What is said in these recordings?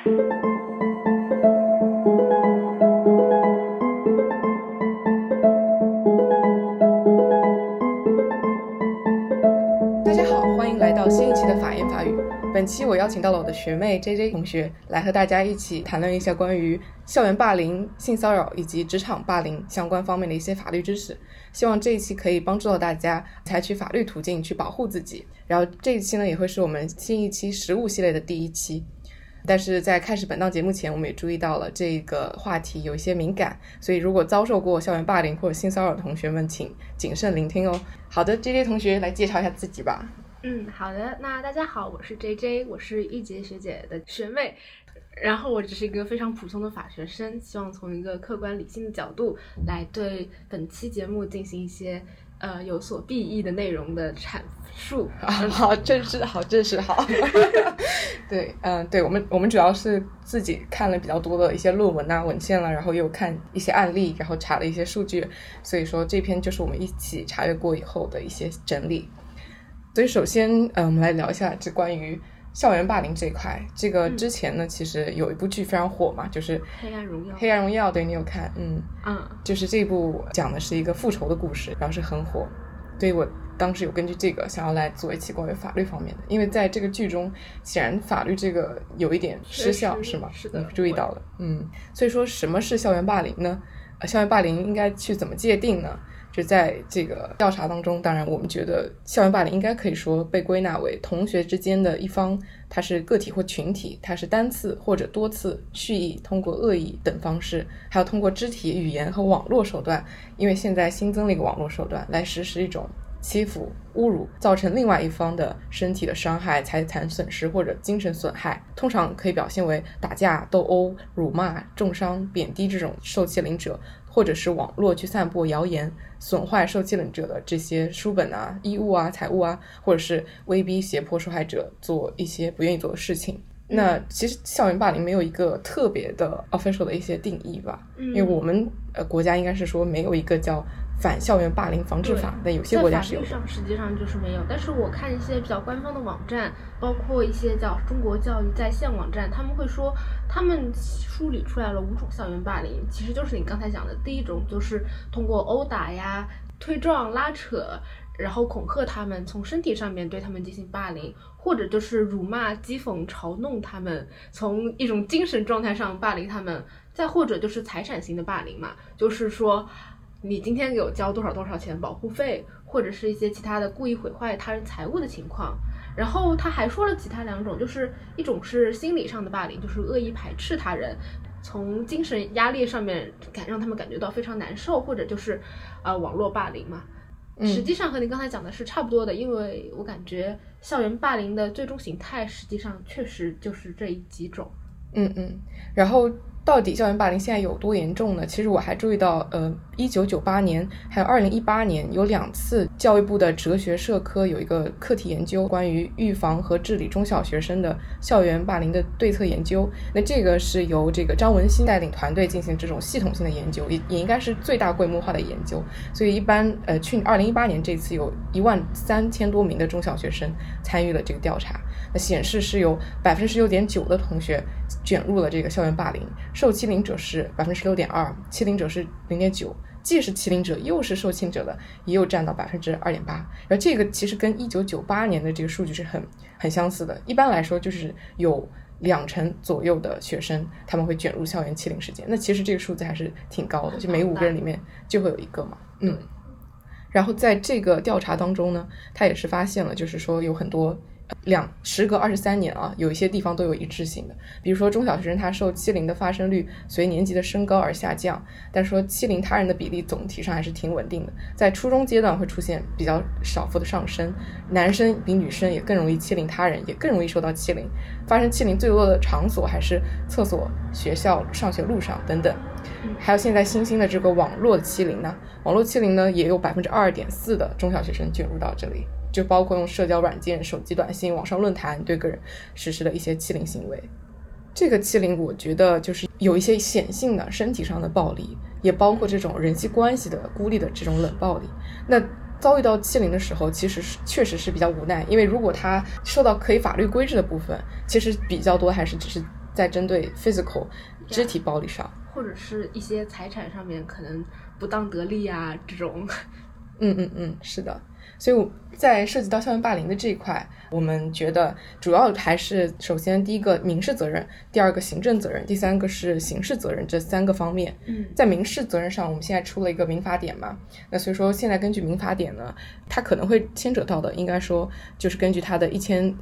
大家好，欢迎来到新一期的法言法语。本期我邀请到了我的学妹 JJ 同学来和大家一起谈论一下关于校园霸凌、性骚扰以及职场霸凌相关方面的一些法律知识，希望这一期可以帮助到大家采取法律途径去保护自己。然后这一期呢，也会是我们新一期实务系列的第一期。但是在开始本档节目前，我们也注意到了这个话题有一些敏感，所以如果遭受过校园霸凌或者性骚扰的同学们，请谨慎聆听哦。好的 ，JJ 同学来介绍一下自己吧。 好的，那大家好，我是 JJ， 我是一杰学姐的学妹，然后我只是一个非常普通的法学生，希望从一个客观理性的角度来对本期节目进行一些有所裨益的内容的阐述。 好正式，好正式，好。对，对，我们主要是自己看了比较多的一些论文啊、文献啦，然后又看一些案例，然后查了一些数据，所以说这篇就是我们一起查阅过以后的一些整理。所以首先我们来聊一下这关于校园霸凌这一块。这个之前呢其实有一部剧非常火嘛，就是黑暗荣耀。 对，你有看？就是这部讲的是一个复仇的故事，然后是很火，所以我当时有根据这个想要来做一期关于法律方面的，因为在这个剧中显然法律这个有一点失效，是吗？ 是的， 你注意到了。所以说什么是校园霸凌呢？校园霸凌应该去怎么界定呢？就在这个调查当中，当然我们觉得校园霸凌应该可以说被归纳为同学之间的一方，它是个体或群体，它是单次或者多次蓄意通过恶意等方式，还有通过肢体语言和网络手段，因为现在新增了一个网络手段来实施一种欺负、侮辱，造成另外一方的身体的伤害、财产损失或者精神损害，通常可以表现为打架、斗殴、辱骂、重伤、贬低这种受欺凌者，或者是网络去散播谣言，损坏受欺凌者的这些书本啊、衣物啊、财物啊，或者是威逼胁迫受害者做一些不愿意做的事情。那其实校园霸凌没有一个特别的 official 的一些定义吧，因为我们国家应该是说没有一个叫反校园霸凌防治法，但有些国家是有的。 在法律上实际上就是没有，但是我看一些比较官方的网站，包括一些叫中国教育在线网站，他们会说他们梳理出来了5种校园霸凌，其实就是你刚才讲的第一种，就是通过殴打呀、推撞、拉扯，然后恐吓他们，从身体上面对他们进行霸凌，或者就是辱骂、讥讽、嘲弄他们，从一种精神状态上霸凌他们，再或者就是财产型的霸凌嘛，就是说你今天给我交多少钱保护费，或者是一些其他的故意毁坏他人财物的情况。然后他还说了其他2种，就是一种是心理上的霸凌，就是恶意排斥他人，从精神压力上面让他们感觉到非常难受，或者就是网络霸凌嘛。实际上和你刚才讲的是差不多的，因为我感觉校园霸凌的最终形态实际上确实就是这几种。 然后到底校园霸凌现在有多严重呢？其实我还注意到1998年还有2018年有2次教育部的哲学社科有一个课题研究，关于预防和治理中小学生的校园霸凌的对策研究。那这个是由这个张文新带领团队进行这种系统性的研究，也应该是最大规模化的研究。所以一般2018年这次有13000多名的中小学生参与了这个调查，那显示是有16.9%的同学卷入了这个校园霸凌，受欺凌者是16.2%，欺凌者是0.9%，既是欺凌者又是受欺凌者的也有占到2.8%。然后这个其实跟1998年的这个数据是很相似的。一般来说就是有20%左右的学生他们会卷入校园欺凌事件，那其实这个数字还是挺高的，就每5个人里面就会有一个嘛。然后在这个调查当中呢，他也是发现了就是说有很多时隔23年啊，有一些地方都有一致性的。比如说中小学生他受欺凌的发生率随年级的升高而下降，但说欺凌他人的比例总体上还是挺稳定的。在初中阶段会出现比较少幅的上升，男生比女生也更容易欺凌他人，也更容易受到欺凌。发生欺凌最多的场所还是厕所、学校、上学路上等等。还有现在新兴的这个网络欺凌呢，网络欺凌呢也有2.4%的中小学生卷入到这里，就包括用社交软件、手机短信、网上论坛对个人实施的一些欺凌行为。这个欺凌我觉得就是有一些显性的身体上的暴力，也包括这种人际关系的孤立的这种冷暴力。那遭遇到欺凌的时候其实确实是比较无奈，因为如果他受到可以法律规制的部分，其实比较多还是只是在针对 physical 肢体暴力上， 或者是一些财产上面可能不当得利啊这种。 是的。所以在涉及到校园霸凌的这一块，我们觉得主要还是首先第一个民事责任，第二个行政责任，第三个是刑事责任，这3个方面。在民事责任上，我们现在出了一个民法典嘛，那所以说现在根据民法典呢，它可能会牵扯到的应该说就是根据它的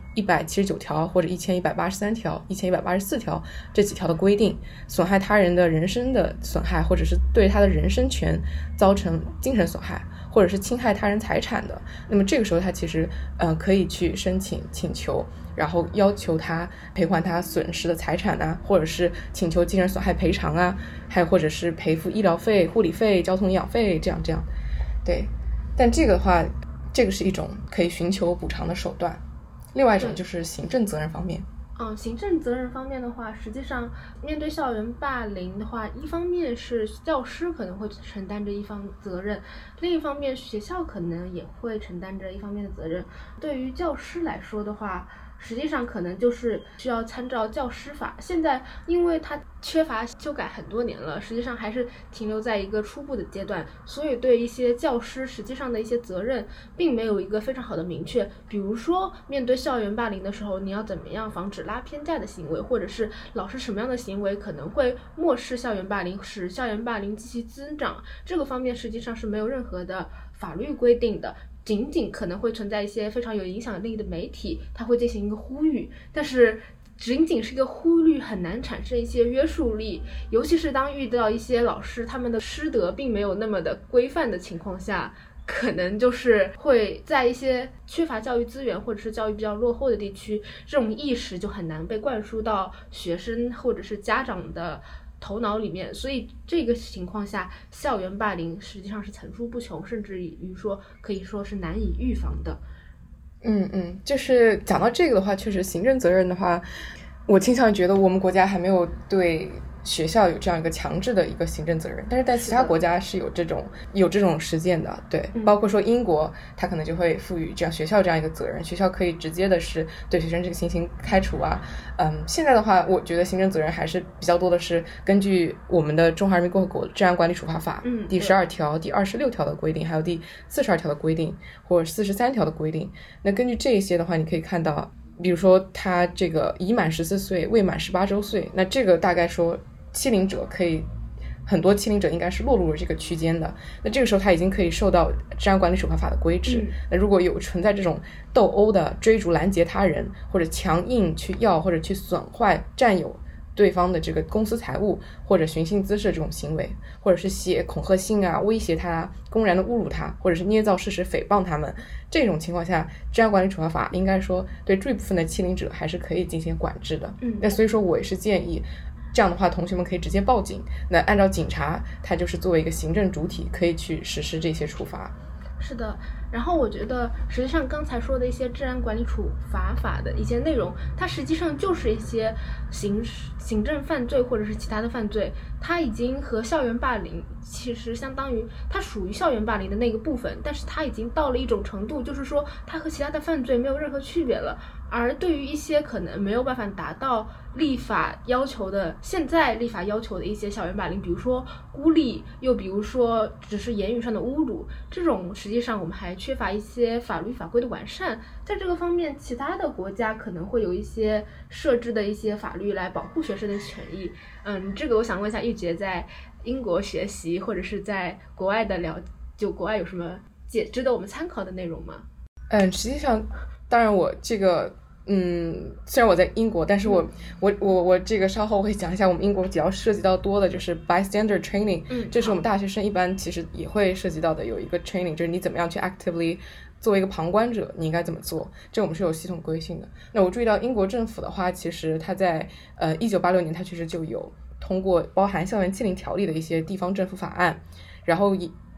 1179条或者1183条1184条这几条的规定，损害他人的人身的损害，或者是对他的人身权造成精神损害，或者是侵害他人财产的，那么这个时候他其实可以去申请请求，然后要求他赔还他损失的财产啊，或者是请求精神损害赔偿啊，还有或者是赔付医疗费、护理费、交通营养费这样。对，但这个的话，这个是一种可以寻求补偿的手段。另外一种就是行政责任方面。 行政责任方面的话，实际上面对校园霸凌的话，一方面是教师可能会承担着一方责任，另一方面学校可能也会承担着一方面的责任。对于教师来说的话，实际上可能就是需要参照教师法，现在因为它缺乏修改很多年了，实际上还是停留在一个初步的阶段，所以对一些教师实际上的一些责任并没有一个非常好的明确。比如说面对校园霸凌的时候，你要怎么样防止拉偏架的行为，或者是老师什么样的行为可能会漠视校园霸凌，使校园霸凌继续增长，这个方面实际上是没有任何的法律规定的，仅仅可能会存在一些非常有影响力的媒体，它会进行一个呼吁，但是仅仅是一个呼吁很难产生一些约束力，尤其是当遇到一些老师他们的师德并没有那么的规范的情况下，可能就是会在一些缺乏教育资源或者是教育比较落后的地区，这种意识就很难被灌输到学生或者是家长的头脑里面，所以这个情况下校园霸凌实际上是层出不穷，甚至于说可以说是难以预防的。 就是讲到这个的话，确实行政责任的话，我倾向于觉得我们国家还没有对学校有这样一个强制的一个行政责任，但是在其他国家是有这种实践的。对，包括说英国它可能就会赋予这样学校这样一个责任，学校可以直接的是对学生这个进行开除啊。现在的话我觉得行政责任还是比较多的是根据我们的中华人民共和国治安管理处罚法第12条第26条的规定，还有第42条的规定，或者43条的规定。那根据这些的话，你可以看到比如说他这个已满14岁未满18周岁，那这个大概说欺凌者可以，很多欺凌者应该是落入了这个区间的，那这个时候他已经可以受到治安管理处罚法的规制。那如果有存在这种斗殴的追逐拦截他人，或者强硬去要或者去损坏占有对方的这个公私财物，或者寻衅滋事这种行为，或者是写恐吓信啊，威胁他，公然的侮辱他，或者是捏造事实诽谤他们，这种情况下治安管理处罚法应该说对这部分的欺凌者还是可以进行管制的。那所以说我也是建议这样的话同学们可以直接报警，那按照警察他就是作为一个行政主体可以去实施这些处罚。 是的，然后我觉得实际上刚才说的一些治安管理处罚法的一些内容，它实际上就是一些行政犯罪或者是其他的犯罪，它已经和校园霸凌其实相当于它属于校园霸凌的那个部分，但是它已经到了一种程度，就是说它和其他的犯罪没有任何区别了。而对于一些可能没有办法达到立法要求的，现在立法要求的一些校园霸凌，比如说孤立，又比如说只是言语上的侮辱，这种实际上我们还缺乏一些法律法规的完善。在这个方面，其他的国家可能会有一些设置的一些法律来保护学生的权益。这个我想问一下玉洁，在英国学习或者是在国外的国外有什么值得我们参考的内容吗？ 实际上当然我这个虽然我在英国，但是我这个稍后会讲一下，我们英国比较涉及到多的就是 bystander training，这是我们大学生一般其实也会涉及到的，有一个 training， 就是你怎么样去 actively 作为一个旁观者你应该怎么做，这我们是有系统规训的。那我注意到英国政府的话，其实它在1986年它确实就有通过包含校园欺凌条例的一些地方政府法案，然后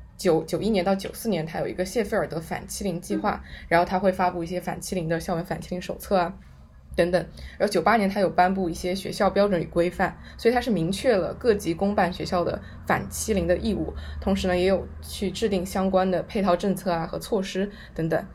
91年到94年它有一个谢菲尔德反欺凌计划，然后它会发布一些反欺凌的校园反欺凌手册啊等等，然后98年它有颁布一些学校标准与规范，所以它是明确了各级公办学校的反欺凌的义务，同时呢也有去制定相关的配套政策啊和措施等等。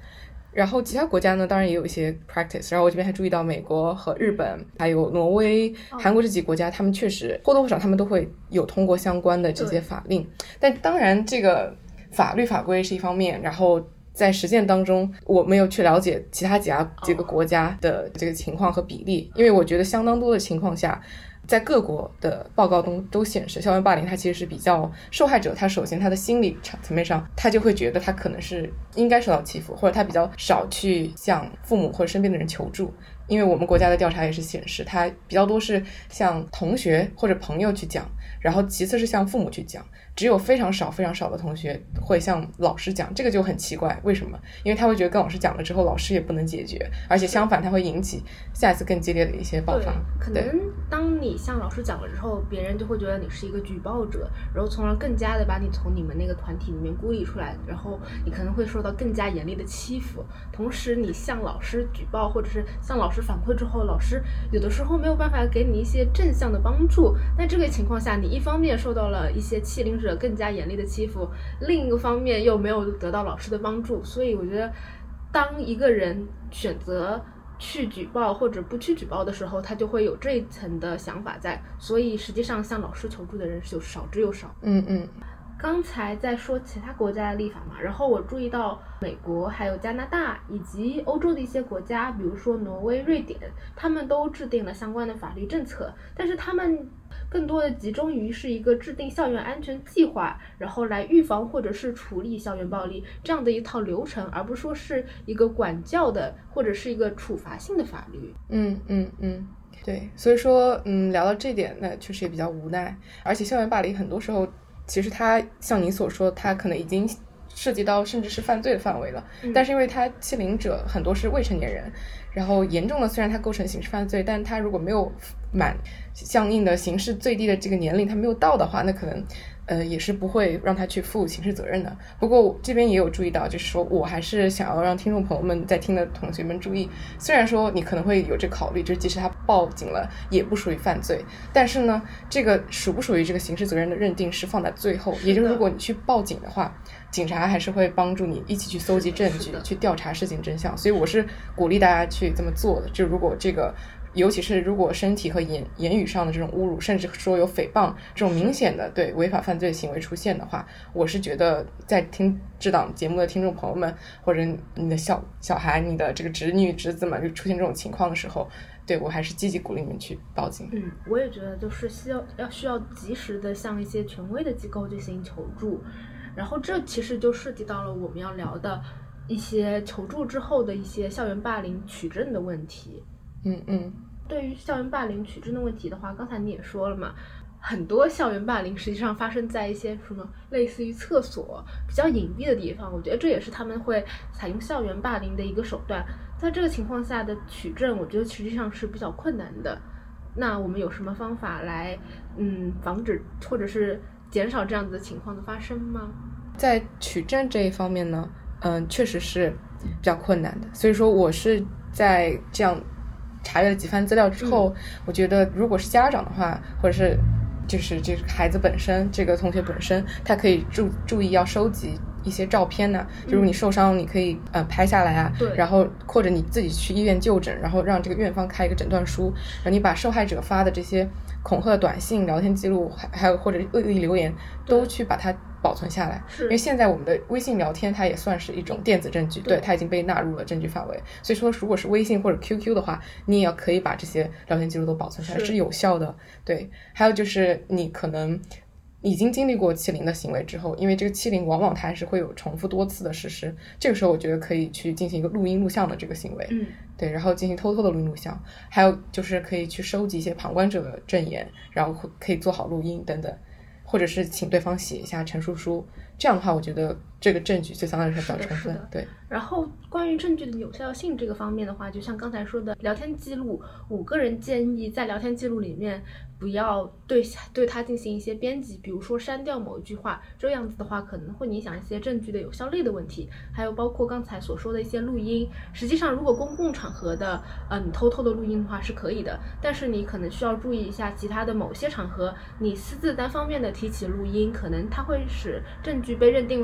然后其他国家呢，当然也有一些 practice。然后我这边还注意到美国和日本，还有挪威、韩国这几个国家，他们确实或多或少他们都会有通过相关的这些法令。但当然，这个法律法规是一方面，然后在实践当中，我没有去了解其他几个国家的这个情况和比例，因为我觉得相当多的情况下。在各国的报告中都显示，校园霸凌它其实是比较受害者，他首先他的心理层面上，他就会觉得他可能是应该受到欺负，或者他比较少去向父母或者身边的人求助。因为我们国家的调查也是显示，他比较多是向同学或者朋友去讲，然后其次是向父母去讲，只有非常少的同学会向老师讲，这个就很奇怪，为什么？因为他会觉得跟老师讲了之后，老师也不能解决，而且相反，他会引起下一次更激烈的一些爆发。 可能当你向老师讲了之后，别人就会觉得你是一个举报者，然后从而更加的把你从你们那个团体里面孤立出来，然后你可能会受到更加严厉的欺负。同时，你向老师举报或者是向老师反馈之后，老师有的时候没有办法给你一些正向的帮助，但这个情况下，你一方面受到了一些欺凌者更加严厉的欺负，另一个方面又没有得到老师的帮助，所以我觉得当一个人选择去举报或者不去举报的时候，他就会有这一层的想法在，所以实际上向老师求助的人就少之又少。刚才在说其他国家的立法嘛，然后我注意到美国还有加拿大以及欧洲的一些国家，比如说挪威、瑞典，他们都制定了相关的法律政策，但是他们更多的集中于是一个制定校园安全计划，然后来预防或者是处理校园暴力这样的一套流程，而不说是一个管教的或者是一个处罚性的法律。 对，所以说聊到这点，那确实也比较无奈。而且校园霸凌很多时候其实它像你所说，它可能已经涉及到甚至是犯罪的范围了，但是因为它欺凌者很多是未成年人，然后严重的虽然它构成刑事犯罪，但它如果没有满相应的刑事最低的这个年龄，它没有到的话，那可能也是不会让他去负刑事责任的。不过这边也有注意到，就是说我还是想要让听众朋友们在听的同学们注意，虽然说你可能会有这考虑，就是即使他报警了也不属于犯罪，但是呢这个属不属于这个刑事责任的认定是放在最后，也就是如果你去报警的话，警察还是会帮助你一起去搜集证据，去调查事情真相。所以我是鼓励大家去这么做的，就如果这个尤其是如果身体和言语上的这种侮辱，甚至说有诽谤这种明显的对违法犯罪行为出现的话，我是觉得在听这档节目的听众朋友们，或者你的小孩、你的这个侄女侄子们就出现这种情况的时候，对我还是积极鼓励你们去报警。 我也觉得就是需要及时的向一些权威的机构进行求助，然后这其实就涉及到了我们要聊的一些求助之后的一些校园霸凌取证的问题。对于校园霸凌取证的问题的话，刚才你也说了嘛，很多校园霸凌实际上发生在一些什么类似于厕所比较隐蔽的地方，我觉得这也是他们会采用校园霸凌的一个手段。在这个情况下的取证，我觉得实际上是比较困难的。那我们有什么方法来防止或者是减少这样子的情况的发生吗？ 在取证这一方面呢，确实是比较困难的。所以说我是在这样查阅了几番资料之后，我觉得如果是家长的话，或者是就是这个孩子本身，这个同学本身，他可以注意要收集一些照片呢，就如果你受伤你可以拍下来啊，然后或者你自己去医院就诊，然后让这个院方开一个诊断书，然后你把受害者发的这些恐吓短信、聊天记录还有或者恶意留言都去把它保存下来。因为现在我们的微信聊天它也算是一种电子证据，对，它已经被纳入了证据范围，所以说如果是微信或者 QQ 的话，你也要可以把这些聊天记录都保存下来，是有效的。对，还有就是你可能已经经历过欺凌的行为之后，因为这个欺凌往往它还是会有重复多次的实施，这个时候我觉得可以去进行一个录音录像的这个行为，对，然后进行偷偷的录音录像，还有就是可以去收集一些旁观者的证言，然后可以做好录音等等，或者是请对方写一下陈述书，这样的话我觉得这个证据就相当于是比较充分。对， 然后关于证据的有效性这个方面的话，就像刚才说的聊天记录，我个人建议在聊天记录里面不要对它进行一些编辑，比如说删掉某一句话，这样子的话可能会影响一些证据的有效力的问题。还有包括刚才所说的一些录音，实际上如果公共场合的你偷偷的录音的话是可以的，但是你可能需要注意一下其他的某些场合你私自单方面的提起录音，可能它会使证据被认定为无效，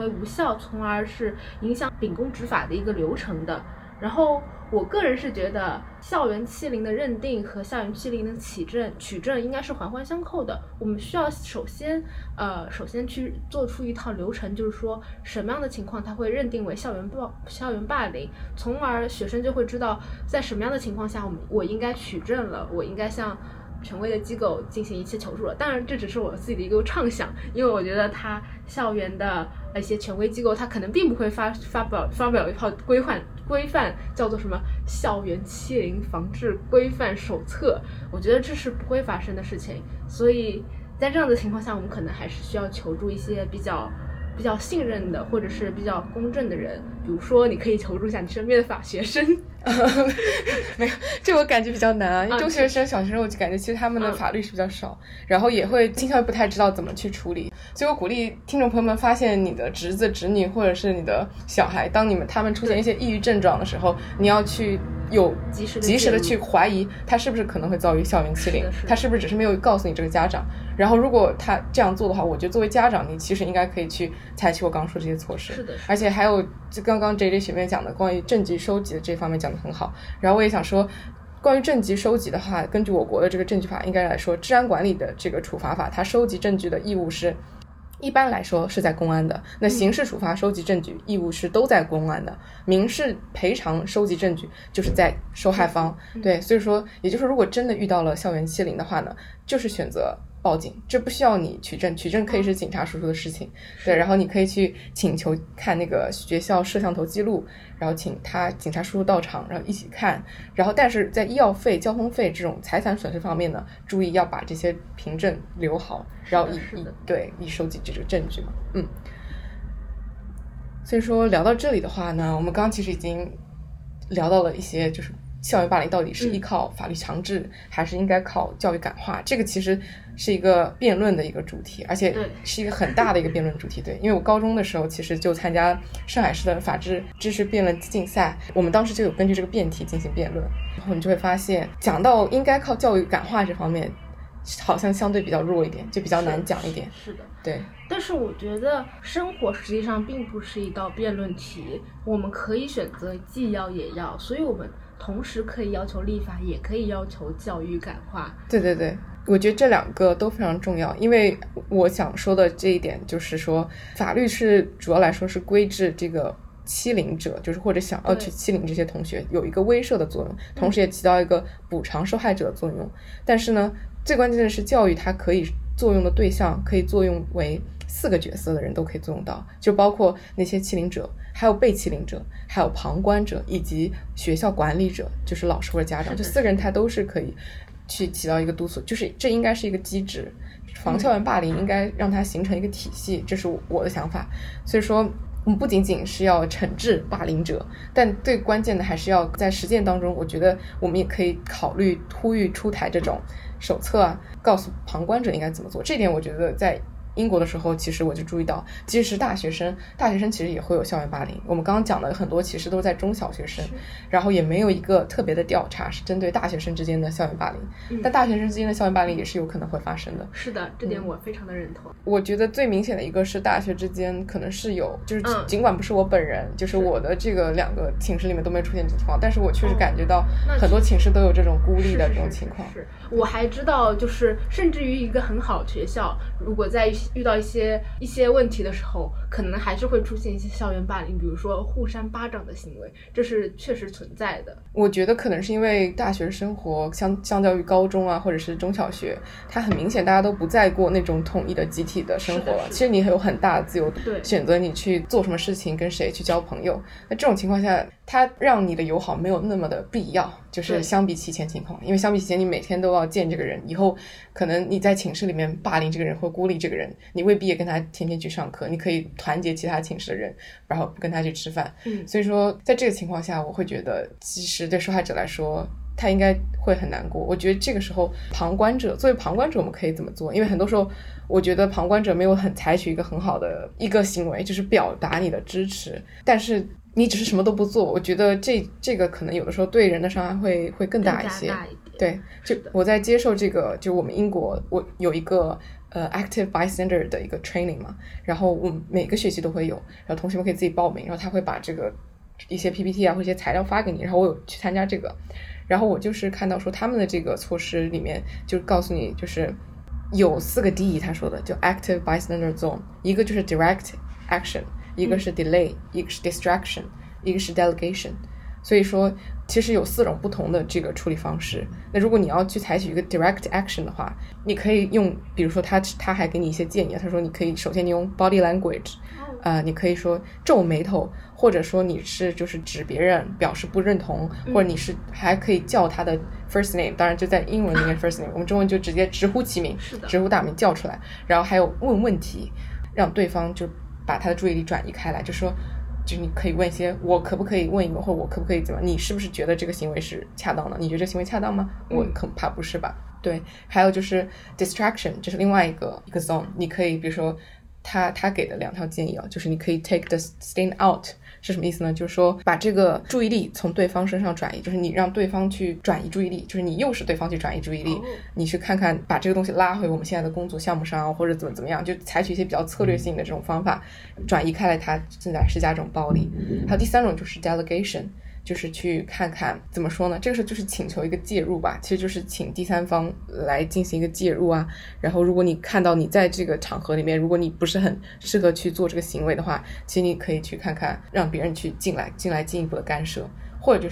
效，从而是影响秉公执法的一个流程的。然后我个人是觉得校园欺凌的认定和校园欺凌的取证应该是环环相扣的。我们需要首先去做出一套流程，就是说什么样的情况它会认定为校园霸凌，从而学生就会知道在什么样的情况下我应该取证了，我应该向权威的机构进行一些求助了。当然这只是我自己的一个畅想，因为我觉得它校园的一些权威机构它可能并不会发表一套规范叫做什么校园欺凌防治规范手册，我觉得这是不会发生的事情。所以在这样的情况下，我们可能还是需要求助一些比较信任的或者是比较公正的人，比如说你可以求助一下你身边的法学生。 没有，这我感觉比较难啊，因为中学生小学生我就感觉其实他们的法律是比较少，然后也会倾向于不太知道怎么去处理。所以我鼓励听众朋友们，发现你的侄子侄女或者是你的小孩，当他们出现一些抑郁症状的时候，你要去有及时的去怀疑他是不是可能会遭遇校园欺凌，他是不是只是没有告诉你这个家长。然后如果他这样做的话，我觉得作为家长你其实应该可以去采取我刚刚说这些措施。 是的， 而且还有就刚刚 JJ 学妹讲的关于证据收集的这方面讲得很好。然后我也想说，关于证据收集的话，根据我国的这个证据法应该来说，治安管理的这个处罚法，它收集证据的义务是一般来说是在公安的，那刑事处罚收集证据义务是都在公安的，民事赔偿收集证据就是在受害方。对，所以说也就是说，如果真的遇到了校园欺凌的话呢，就是选择报警，这不需要你取证可以是警察叔叔的事情。对，然后你可以去请求看那个学校摄像头记录，然后请警察叔叔到场，然后一起看。然后但是在医药费、交通费这种财产损失方面呢，注意要把这些凭证留好，然后以收集这个证据嘛。所以说聊到这里的话呢，我们刚刚其实已经聊到了一些，就是校园霸凌到底是依靠法律强制还是应该靠教育感化，这个其实是一个辩论的一个主题，而且是一个很大的一个辩论主题。对，因为我高中的时候其实就参加上海市的法治知识辩论竞赛，我们当时就有根据这个辩题进行辩论，然后你就会发现讲到应该靠教育感化这方面好像相对比较弱一点，就比较难讲一点。 是的， 对。 但是我觉得生活实际上并不是一道辩论题，我们可以选择既要也要，所以我们同时可以要求立法，也可以要求教育感化。 对对对，我觉得这两个都非常重要，因为我想说的这一点就是说，法律是主要来说是规制这个欺凌者，就是或者想要去欺凌这些同学，有一个威慑的作用，同时也起到一个补偿受害者的作用。但是呢，最关键的是教育它可以作用的对象可以作用为4个角色的人都可以作用到，就包括那些欺凌者，还有被欺凌者，还有旁观者，以及学校管理者，就是老师或者家长，这4个人他都是可以去起到一个督促，就是这应该是一个机制，防校园霸凌应该让它形成一个体系，这是我的想法。所以说我们不仅仅是要惩治霸凌者，但最关键的还是要在实践当中，我觉得我们也可以考虑呼吁出台这种手册啊，告诉旁观者应该怎么做。这点我觉得在英国的时候，其实我就注意到，即使是大学生其实也会有校园霸凌。我们刚刚讲的很多其实都是在中小学生，然后也没有一个特别的调查是针对大学生之间的校园霸凌。但大学生之间的校园霸凌也是有可能会发生的。 是的，这点我非常的认同。 我觉得最明显的一个是大学之间可能是有，就是尽管不是我本人，就是我的这个2个寝室里面都没有出现这种情况，但是我确实感觉到很多寝室都有这种孤立的这种情况。 是我还知道，就是甚至于一个很好的学校，如果在遇到一些问题的时候，可能还是会出现一些校园霸凌，比如说互扇巴掌的行为，这是确实存在的。 我觉得可能是因为大学生活相较于高中啊或者是中小学，它很明显大家都不再过那种统一的集体的生活了，其实你有很大的自由选择你去做什么事情，跟谁去交朋友。那这种情况下，它让你的友好没有那么的必要，就是相比起前情况，因为相比起前你每天都要见这个人，以后可能你在寝室里面霸凌这个人或孤立这个人，你未必也跟他天天去上课，你可以团结其他寝室的人，然后跟他去吃饭。所以说在这个情况下，我会觉得其实对受害者来说他应该会很难过。我觉得这个时候作为旁观者我们可以怎么做，因为很多时候我觉得旁观者没有采取一个很好的一个行为，就是表达你的支持，但是你只是什么都不做，我觉得这个可能有的时候对人的伤害会更大一些。 对，就我在接受这个，就我们英国我有一个active bystander 的一个 training 嘛，然后我们每个学期都会有，然后同学们可以自己报名，然后他会把这个一些 PPT 啊或者一些材料发给你，然后我有去参加这个，然后我就是看到说他们的这个措施里面就告诉你就是有4个 D， 他说的就 active bystander zone， 一个就是 direct action， 一个是 delay，一个是 distraction， 一个是 delegation， 所以说其实有4种不同的这个处理方式。那如果你要去采取一个 direct action 的话，你可以用比如说他还给你一些建议，他说你可以首先你用 body language，你可以说皱眉头，或者说你是就是指别人表示不认同，或者你是还可以叫他的 first name， 当然就在英文里面 first name， 我们中文就直接直呼其名，直呼大名叫出来，然后还有问问题，让对方就把他的注意力转移开来，就说就你可以问一些我可不可以问一问，或者我可不可以怎么，你是不是觉得这个行为是恰当的，你觉得这个行为恰当吗？我恐怕不是吧。对，还有就是 distraction， 这是另外一个 zone， 你可以比如说他给的2条建议啊，就是你可以 take the stand out， 是什么意思呢？就是说把这个注意力从对方身上转移，就是你让对方去转移注意力，就是你诱使对方去转移注意力，你去看看把这个东西拉回我们现在的工作项目上，或者怎么样，就采取一些比较策略性的这种方法转移开来他正在施加这种暴力。还有第3种就是 delegation，就是去看看怎么说呢，这个时候就是请求一个介入吧，其实就是请第三方来进行一个介入啊。然后如果你看到你在这个场合里面，如果你不是很适合去做这个行为的话，其实你可以去看看让别人去进来进一步的干涉，或者就是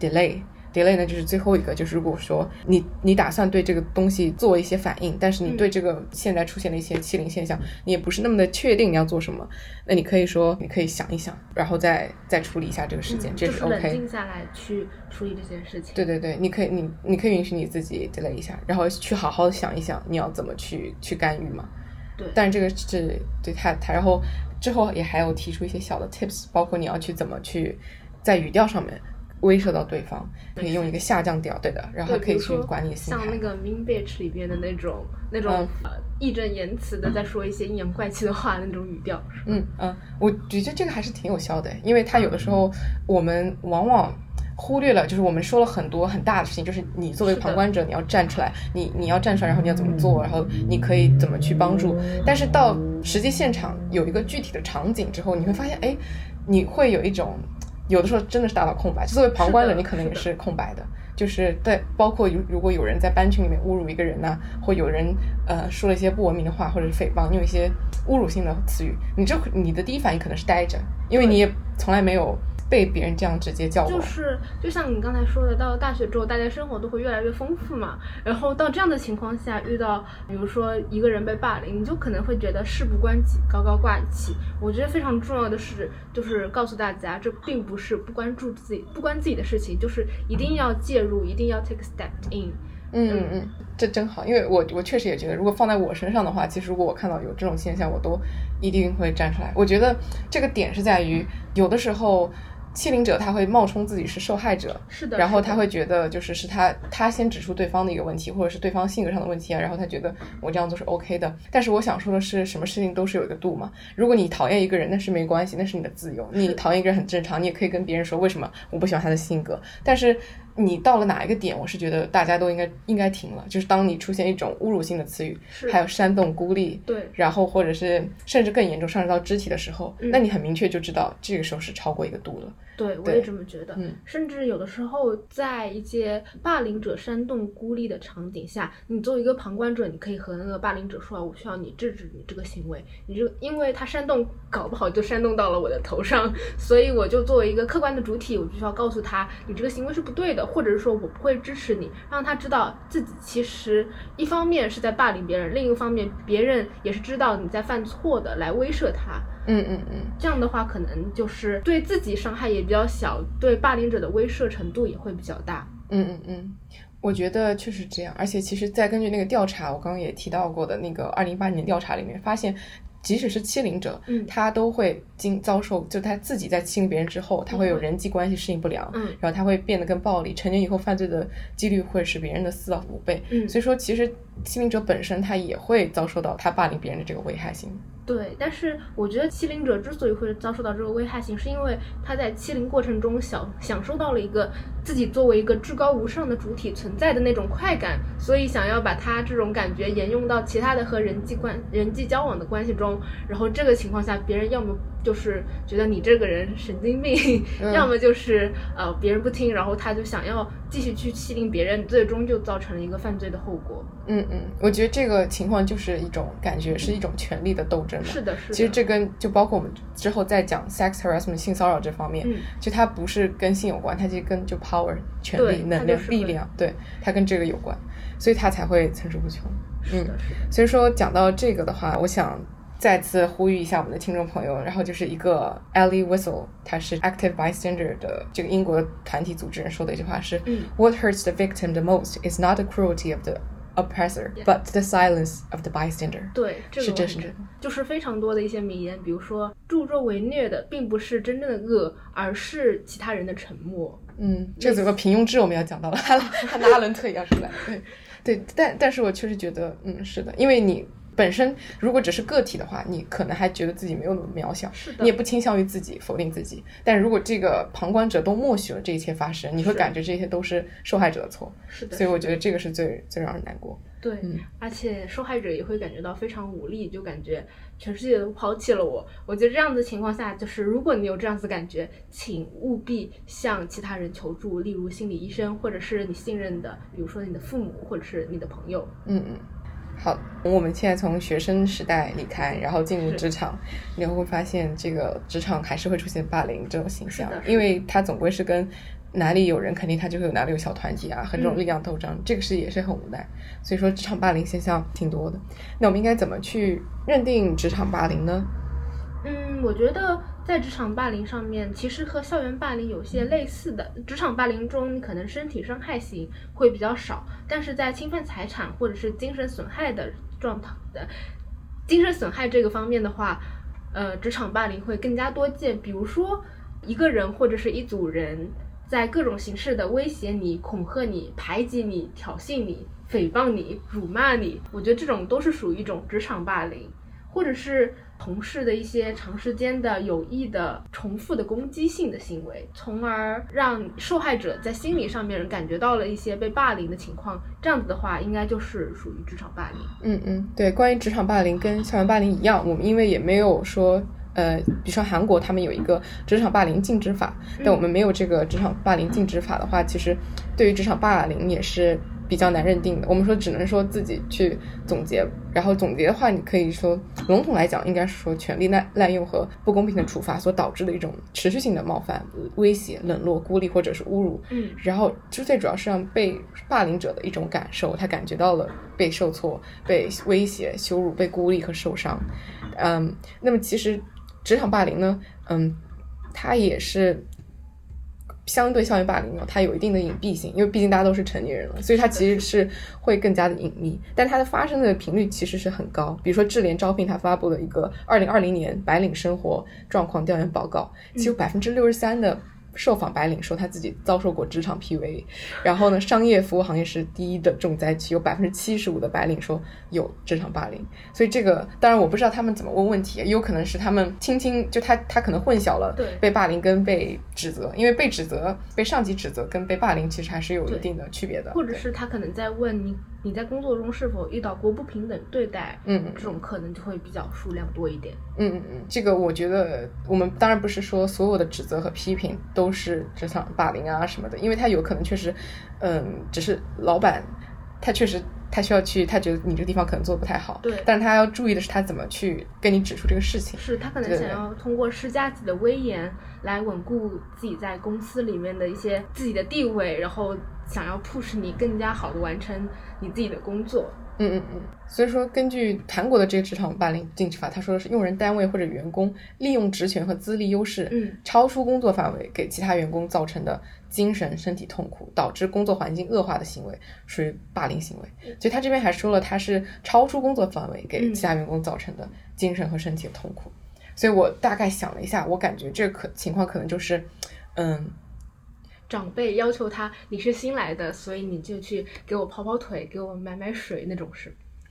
delay 呢，就是最后一个，就是如果说你打算对这个东西做一些反应，但是你对这个现在出现的一些欺凌现象，你也不是那么的确定你要做什么，那你可以说你可以想一想，然后再处理一下这个事件，这是 OK， 就是冷静下来去处理这件事情。 对，你可以允许你自己 delay 一下，然后去好好想一想你要怎么去干预嘛。 对， 但是这个是对他，然后之后也还有提出一些小的 tips， 包括你要去怎么去在语调上面威慑到对方，可以用一个下降调，对的，然后可以去管理心态， 像那个 Mean Bitch 里边的那种义正言辞的在说一些阴阳怪气的话那种语调。 我觉得这个还是挺有效的，因为他有的时候我们往往忽略了，就是我们说了很多很大的事情，就是你作为旁观者你要站出来，你要站出来，然后你要怎么做，然后你可以怎么去帮助，但是到实际现场有一个具体的场景之后，你会发现你会有一种有的时候真的是大脑空白，作为旁观者你可能也是空白的，就是在包括如果有人在班群里面侮辱一个人啊，或有人说了一些不文明的话，或者是诽谤，用一些侮辱性的词语，你的第一反应可能是呆着，因为你也从来没有被别人这样直接叫过。 就像你刚才说的，到了大学之后大家生活都会越来越丰富嘛，然后到这样的情况下遇到比如说一个人被霸凌，你就可能会觉得事不关己高高挂起。我觉得非常重要的是就是告诉大家，这并不是不关自己的事情，就是一定要介入，一定要 take a step in。 这真好，因为我确实也觉得如果放在我身上的话，其实如果我看到有这种现象，我都一定会站出来。我觉得这个点是在于有的时候欺凌者他会冒充自己是受害者， 是的， 然后他会觉得就是他先指出对方的一个问题，或者是对方性格上的问题啊，然后他觉得我这样做是 OK 的。但是我想说的是，什么事情都是有一个度嘛。如果你讨厌一个人，那是没关系，那是你的自由，你讨厌一个人很正常，你也可以跟别人说为什么我不喜欢他的性格。但是你到了哪一个点，我是觉得大家都应该停了，就是当你出现一种侮辱性的词语，还有煽动孤立， 对， 然后或者是甚至更严重上升到肢体的时候，那你很明确就知道这个时候是超过一个度了。 对，我也这么觉得。甚至有的时候在一些霸凌者煽动孤立的场景下，你作为一个旁观者，你可以和那个霸凌者说，我需要你制止你这个行为，因为他煽动搞不好就煽动到了我的头上，所以我就作为一个客观的主体，我就需要告诉他你这个行为是不对的，或者是说我不会支持你，让他知道自己其实一方面是在霸凌别人，另一方面别人也是知道你在犯错的，来威慑他。这样的话可能就是对自己伤害也比较小，对霸凌者的威慑程度也会比较大。 我觉得确实这样，而且其实再根据那个调查，我刚刚也提到过的那个2018年调查里面发现，即使是欺凌者，他都会遭受，就他自己在欺凌别人之后，他会有人际关系适应不良，然后他会变得更暴力，成年以后犯罪的几率会是别人的4到5倍。所以说其实欺凌者本身他也会遭受到他霸凌别人的这个危害性。 对，但是我觉得欺凌者之所以会遭受到这个危害性，是因为他在欺凌过程中享受到了一个自己作为一个至高无上的主体存在的那种快感，所以想要把他这种感觉沿用到其他的和人际交往的关系中，然后这个情况下别人要么就是觉得你这个人神经病，要么就是别人不听，然后他就想要继续去欺凌别人，最终就造成了一个犯罪的后果。 我觉得这个情况就是一种感觉，是一种权力的斗争嘛。 是的，是的。 其实这就包括我们之后再讲 sex harassment 性骚扰这方面，就它不是跟性有关，它其实跟就 power 权力、能量、力量，对，它跟这个有关，所以它才会层出不穷。 是的，是的。 所以说讲到这个的话，我想再次呼吁一下我们的听众朋友，然后就是一个 Ellie Whistle， 他是 Active Bystander 的这个英国团体组织人说的一句话是What hurts the victim the most is not the cruelty of the oppressor, but the silence of the bystander。 对，这个是就是非常多的一些名言，比如说助纣为虐的并不是真正的恶，而是其他人的沉默。 这有个平庸制我们要讲到了，汉娜阿伦特也要出来。对，但是我确实觉得是的，因为你本身如果只是个体的话，你可能还觉得自己没有那么渺小， 是的， 你也不倾向于自己否定自己。但如果这个旁观者都默许了这一切发生，你会感觉这些都是受害者的错。 是的， 所以我觉得这个是最让人难过。 对，而且受害者也会感觉到非常无力，就感觉全世界都抛弃了我。我觉得这样的情况下，就是如果你有这样子感觉，请务必向其他人求助，例如心理医生，或者是你信任的，比如说你的父母，或者是你的朋友。 好，我们现在从学生时代离开，然后进入职场，你会发现这个职场还是会出现霸凌这种形象，因为它总归是跟哪里有人，肯定它就会有哪里有小团体啊，和这种力量斗争，这个是也是很无奈。所以说职场霸凌现象挺多的。那我们应该怎么去认定职场霸凌呢？ 我觉得在职场霸凌上面，其实和校园霸凌有些类似的。职场霸凌中，你可能身体伤害型会比较少，但是在侵犯财产或者是精神损害的状态的精神损害这个方面的话，职场霸凌会更加多见。比如说，一个人或者是一组人在各种形式的威胁你、恐吓你、排挤你、挑衅你、诽谤你、辱骂你，我觉得这种都是属于一种职场霸凌。或者是同事的一些长时间的有意的重复的攻击性的行为，从而让受害者在心理上面感觉到了一些被霸凌的情况，这样子的话应该就是属于职场霸凌。 对，关于职场霸凌跟校园霸凌一样，我们因为也没有说比如说韩国他们有一个职场霸凌禁止法，但我们没有这个职场霸凌禁止法的话，其实对于职场霸凌也是比较难认定的。我们说只能说自己去总结，然后总结的话，你可以说笼统来讲，应该是说权力滥用和不公平的处罚所导致的一种持续性的冒犯、威胁、冷落、孤立或者是侮辱。然后就最主要是让被霸凌者的一种感受，他感觉到了被受挫、被威胁、羞辱、被孤立和受伤。那么其实职场霸凌呢，它也是相对校园霸凌呢，它有一定的隐蔽性，因为毕竟大家都是成年人了，所以它其实是会更加的隐秘，但它的发生的频率其实是很高。比如说智联招聘它发布了一个2020年白领生活状况调研报告，其实有63%的受访白领说他自己遭受过职场 PUA， 然后呢，商业服务行业是第一的重灾区，有75%的白领说有职场霸凌。所以这个当然我不知道他们怎么问问题，也有可能是他们就他可能混淆了被霸凌跟被指责，因为被指责、被上级指责跟被霸凌其实还是有一定的区别的。 或者是他可能在问你在工作中是否遇到过不平等对待，这种可能就会比较数量多一点。 这个我觉得我们当然不是说所有的指责和批评都是职场霸凌啊什么的，因为他有可能确实只是老板他确实他需要去，他觉得你这个地方可能做得不太好， 对， 但是他要注意的是他怎么去跟你指出这个事情， 是他可能想要通过施加自己的威严来稳固自己在公司里面的一些自己的地位，然后想要 push 你更加好的完成你自己的工作。 所以说根据韩国的这个职场霸凌禁止法，他说的是用人单位或者员工利用职权和资历优势超出工作范围给其他员工造成的精神身体痛苦，导致工作环境恶化的行为属于霸凌行为。所以他这边还说了他是超出工作范围给其他员工造成的精神和身体的痛苦。所以我大概想了一下，我感觉这个情况可能就是长辈要求他你是新来的，所以你就去给我跑跑腿，给我买买水那种事。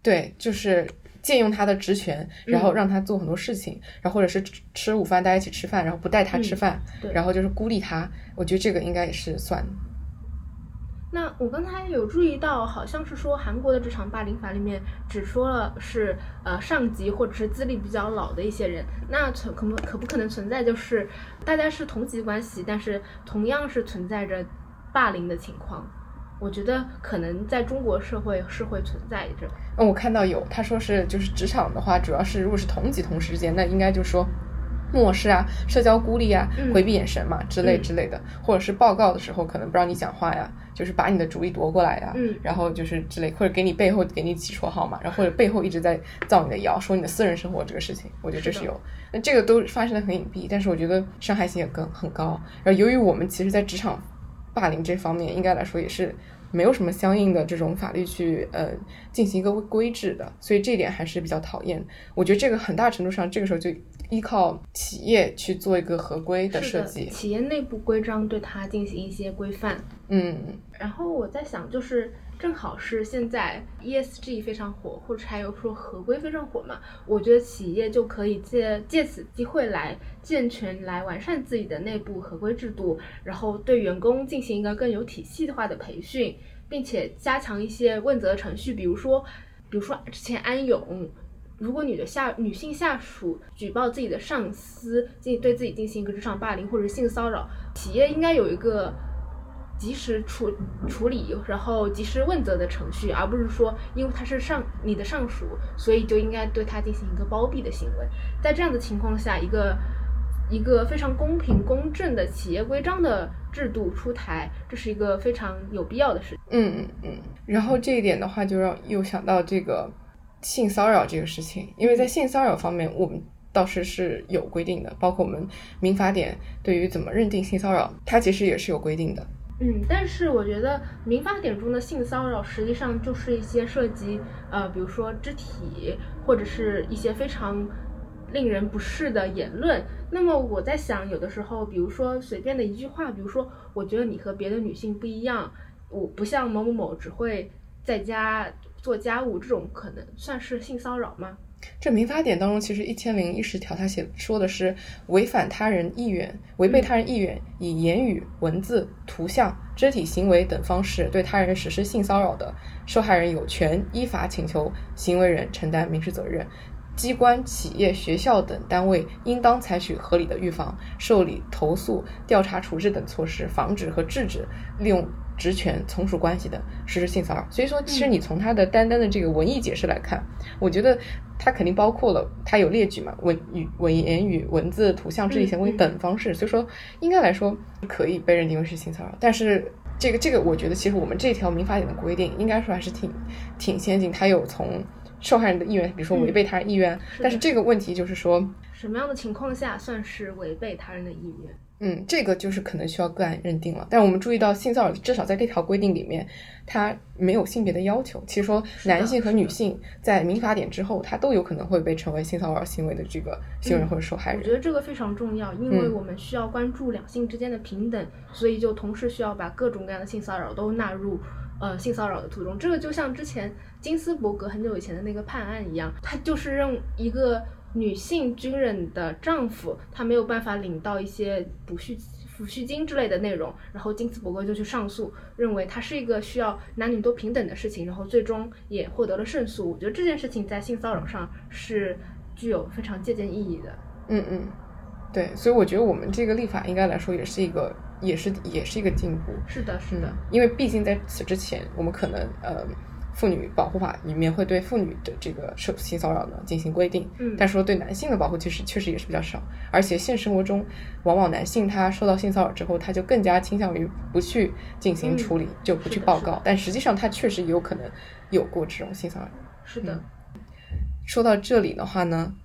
对，就是借用他的职权，然后让他做很多事情，然后或者是吃午饭大家一起吃饭，然后不带他吃饭，然后就是孤立他，我觉得这个应该也是算。 那我刚才有注意到，好像是说韩国的职场霸凌法里面只说了是上级或者是资历比较老的一些人，那可不可能存在就是大家是同级关系，但是同样是存在着霸凌的情况？我觉得可能在中国社会是会存在着。 我看到有他说是就是职场的话，主要是如果是同级同事之间，那应该就是说漠视啊、社交孤立啊、回避眼神嘛之类的，或者是报告的时候可能不让你讲话呀，就是把你的主意夺过来呀，然后就是之类，或者给你背后给你起绰号嘛，然后或者背后一直在造你的谣，说你的私人生活这个事情，我觉得这是有。那这个都发生的很隐蔽，但是我觉得伤害性也很高。然后由于我们其实在职场霸凌这方面应该来说也是没有什么相应的这种法律去进行一个规制的，所以这一点还是比较讨厌。我觉得这个很大程度上这个时候就依靠企业去做一个合规的设计， 企业内部规章对它进行一些规范。然后我在想，就是正好是现在 ESG 非常火，或者还有说合规非常火嘛，我觉得企业就可以借此机会来健全来完善自己的内部合规制度，然后对员工进行一个更有体系化的培训，并且加强一些问责程序。比如说之前安永，如果女性下属举报自己的上司对自己进行一个职场霸凌或者性骚扰，企业应该有一个及时处理，然后及时问责的程序，而不是说因为他是你的上属，所以就应该对他进行一个包庇的行为。在这样的情况下，一个非常公平公正的企业规章的制度出台，这是一个非常有必要的事情。 然后这一点的话，就让又想到这个性骚扰这个事情，因为在性骚扰方面，我们倒是有规定的，包括我们民法典对于怎么认定性骚扰，它其实也是有规定的。 但是我觉得民法典中的性骚扰实际上就是一些涉及比如说肢体或者是一些非常令人不适的言论。那么我在想，有的时候比如说随便的一句话，比如说我觉得你和别的女性不一样，我不像某某某只会在家做家务，这种可能算是性骚扰吗？ 这民法典当中其实1010条它说的是违反他人意愿，违背他人意愿，以言语、文字、图像、肢体行为等方式对他人实施性骚扰的，受害人有权依法请求行为人承担民事责任。机关、企业、学校等单位应当采取合理的预防、受理、投诉、调查、处置等措施，防止和制止利用职权、从属关系等实施性骚扰。所以说其实你从它的单单的这个文艺解释来看，我觉得它肯定包括了，它有列举嘛，言语、文字、图像、肢体行为等方式，所以说应该来说可以被认定为是性骚扰。但是这个我觉得其实我们这条民法典的规定应该说还是挺先进，它有从受害人的意愿，比如说违背他人意愿，但是这个问题就是说什么样的情况下算是违背他人的意愿？ 这个就是可能需要个案认定了。但我们注意到性骚扰至少在这条规定里面它没有性别的要求，其实说男性和女性在民法典之后他都有可能会被成为性骚扰行为的这个行为人或者受害人。 我觉得这个非常重要，因为我们需要关注两性之间的平等，所以就同时需要把各种各样的性骚扰都纳入性骚扰的途中。这个就像之前金斯伯格很久以前的那个判案一样，他就是让一个女性军人的丈夫他没有办法领到一些抚恤金之类的内容，然后金斯伯格就去上诉，认为它是一个需要男女都平等的事情，然后最终也获得了胜诉。我觉得这件事情在性骚扰上是具有非常借鉴意义的。 对，所以我觉得我们这个立法应该来说也是一个进步。是的，因为毕竟在此之前我们可能妇女保护法里面会对妇女的这个性骚扰呢进行规定，但是说对男性的保护其实确实也是比较少，而且现实生活中往往男性他受到性骚扰之后，他就更加倾向于不去进行处理，就不去报告，但实际上他确实也有可能有过这种性骚扰。 是的。 说到这里的话呢，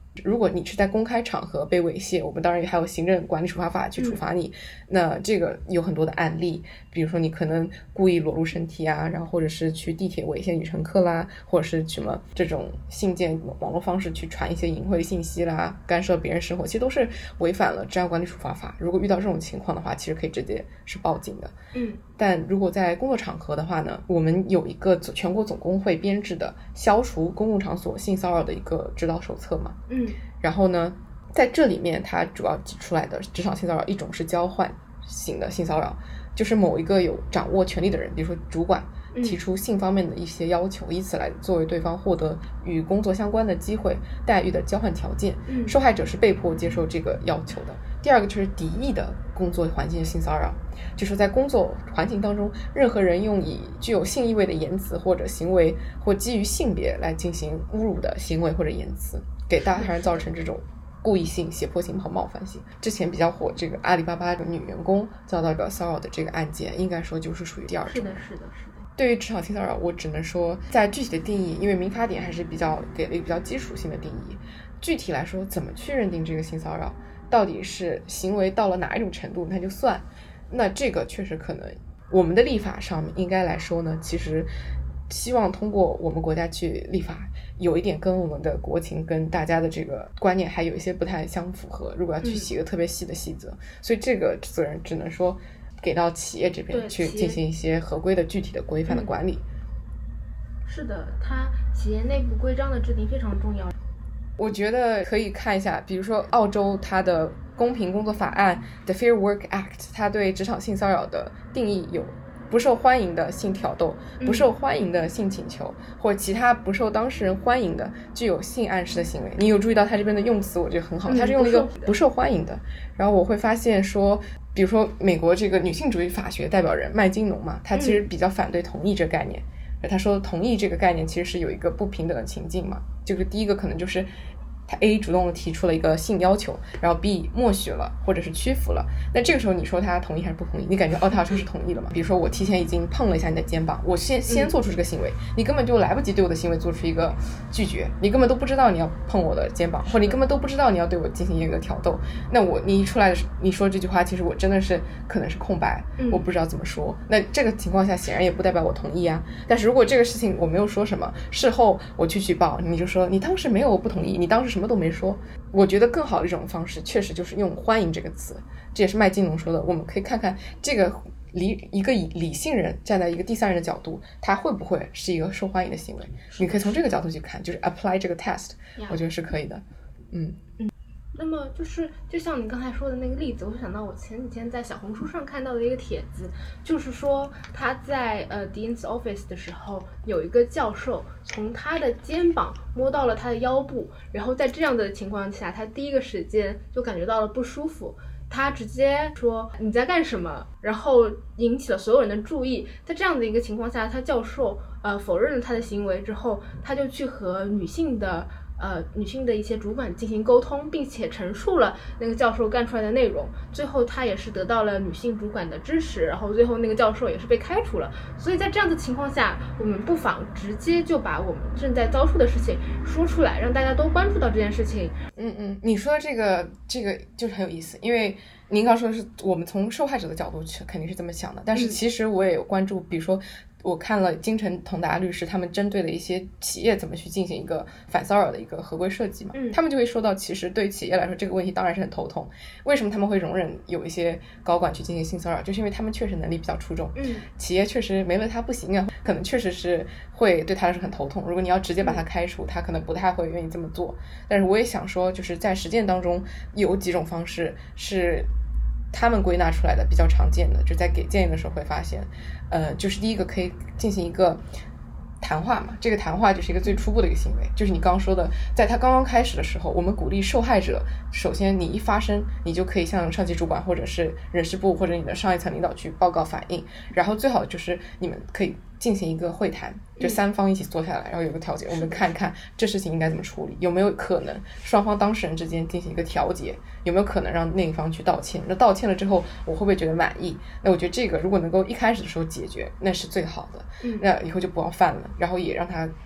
如果你是在公开场合被猥亵，我们当然还有行政管理处罚法去处罚你，那这个有很多的案例，比如说你可能故意裸露身体啊，然后或者是去地铁猥亵女乘客啦，或者是什么这种信件网络方式去传一些淫秽信息啦，干涉别人生活，其实都是违反了治安管理处罚法。如果遇到这种情况的话，其实可以直接是报警的。但如果在工作场合的话呢，我们有一个全国总工会编制的消除公共场所性骚扰的一个指导手册嘛。然后呢，在这里面它主要指出来的职场性骚扰，一种是交换型的性骚扰，就是某一个有掌握权力的人，比如说主管，提出性方面的一些要求，以此来作为对方获得与工作相关的机会待遇的交换条件，受害者是被迫接受这个要求的。第二个就是敌意的工作环境的性骚扰，就是在工作环境当中，任何人用以具有性意味的言辞或者行为，或基于性别来进行侮辱的行为或者言辞，给大他人造成这种故意性、胁迫性和冒犯性。之前比较火这个阿里巴巴的女员工遭到骚扰的这个案件，应该说就是属于第二种。 是的。 对于职场性骚扰，我只能说在具体的定义，因为民法典还是给了一个比较基础性的定义。具体来说，怎么去认定这个性骚扰，到底是行为到了哪一种程度那就算，那这个确实可能我们的立法上面应该来说呢，其实希望通过我们国家去立法，有一点跟我们的国情跟大家的这个观念还有一些不太相符合，如果要去写个特别细的细则，所以这个责任只能说给到企业这边去进行一些合规的具体的规范的管理。 是的，它企业内部规章的制定非常重要。 我觉得可以看一下，比如说澳洲它的公平工作法案 The Fair Work Act， 它对职场性骚扰的定义有不受欢迎的性挑逗、不受欢迎的性请求，或者其他不受当事人欢迎的具有性暗示的行为。你有注意到它这边的用词，我觉得很好，它是用了一个不受欢迎的。然后我会发现说，比如说美国这个女性主义法学代表人麦金农嘛，他其实比较反对同意这个概念。他说同意这个概念其实是有一个不平等的情境嘛，就是第一个可能就是他 A 主动提出了一个性要求，然后 B 默许了或者是屈服了，那这个时候你说他同意还是不同意？你感觉他好像是同意了嘛？比如说我提前已经碰了一下你的肩膀，我先做出这个行为，你根本就来不及对我的行为做出一个拒绝，你根本都不知道你要碰我的肩膀，或者你根本都不知道你要对我进行一个挑逗，那你一出来你说这句话，其实我真的是可能是空白，我不知道怎么说。那这个情况下显然也不代表我同意啊。但是如果这个事情我没有说什么，事后我去举报，你就说你当时没有不同意，你当时什么都没说。我觉得更好的一种方式确实就是用欢迎这个词，这也是麦金农说的，我们可以看看这个一个理性人站在一个第三人的角度，他会不会是一个受欢迎的行为，你可以从这个角度去看，就是 apply 这个 test， 我觉得是可以的。 那么就像你刚才说的那个例子，我想到我前几天在小红书上看到的一个帖子，就是说他在Dean's Office 的时候，有一个教授从他的肩膀摸到了他的腰部，然后在这样的情况下，他第一个时间就感觉到了不舒服，他直接说你在干什么，然后引起了所有人的注意。在这样的一个情况下，他教授否认了他的行为之后，他就去和女性的一些主管进行沟通，并且陈述了那个教授干出来的内容，最后他也是得到了女性主管的支持，然后最后那个教授也是被开除了。所以在这样的情况下，我们不妨直接就把我们正在遭受的事情说出来，让大家都关注到这件事情。 你说的这个就是很有意思，因为您刚说的是我们从受害者的角度去肯定是这么想的，但是其实我也有关注，比如说我看了金城同达律师他们针对的一些企业怎么去进行一个反骚扰的一个合规设计嘛，他们就会说到，其实对企业来说这个问题当然是很头痛。为什么他们会容忍有一些高管去进行性骚扰，就是因为他们确实能力比较出众，企业确实没了他不行啊，可能确实是会对他来说很头痛。如果你要直接把他开除，他可能不太会愿意这么做。但是我也想说，就是在实践当中有几种方式是他们归纳出来的比较常见的，就在给建议的时候会发现，就是第一个可以进行一个谈话嘛，这个谈话就是一个最初步的一个行为，就是你刚刚说的，在他刚刚开始的时候，我们鼓励受害者，首先你一发生，你就可以向上级主管或者是人事部或者你的上一层领导去报告反映，然后最好就是你们可以进行一个会谈，就三方一起坐下来，然后有个调解，我们看看这事情应该怎么处理，有没有可能双方当事人之间进行一个调解，有没有可能让那一方去道歉，那道歉了之后我会不会觉得满意，那我觉得这个如果能够一开始的时候解决，那是最好的，那以后就不要犯了，然后也让他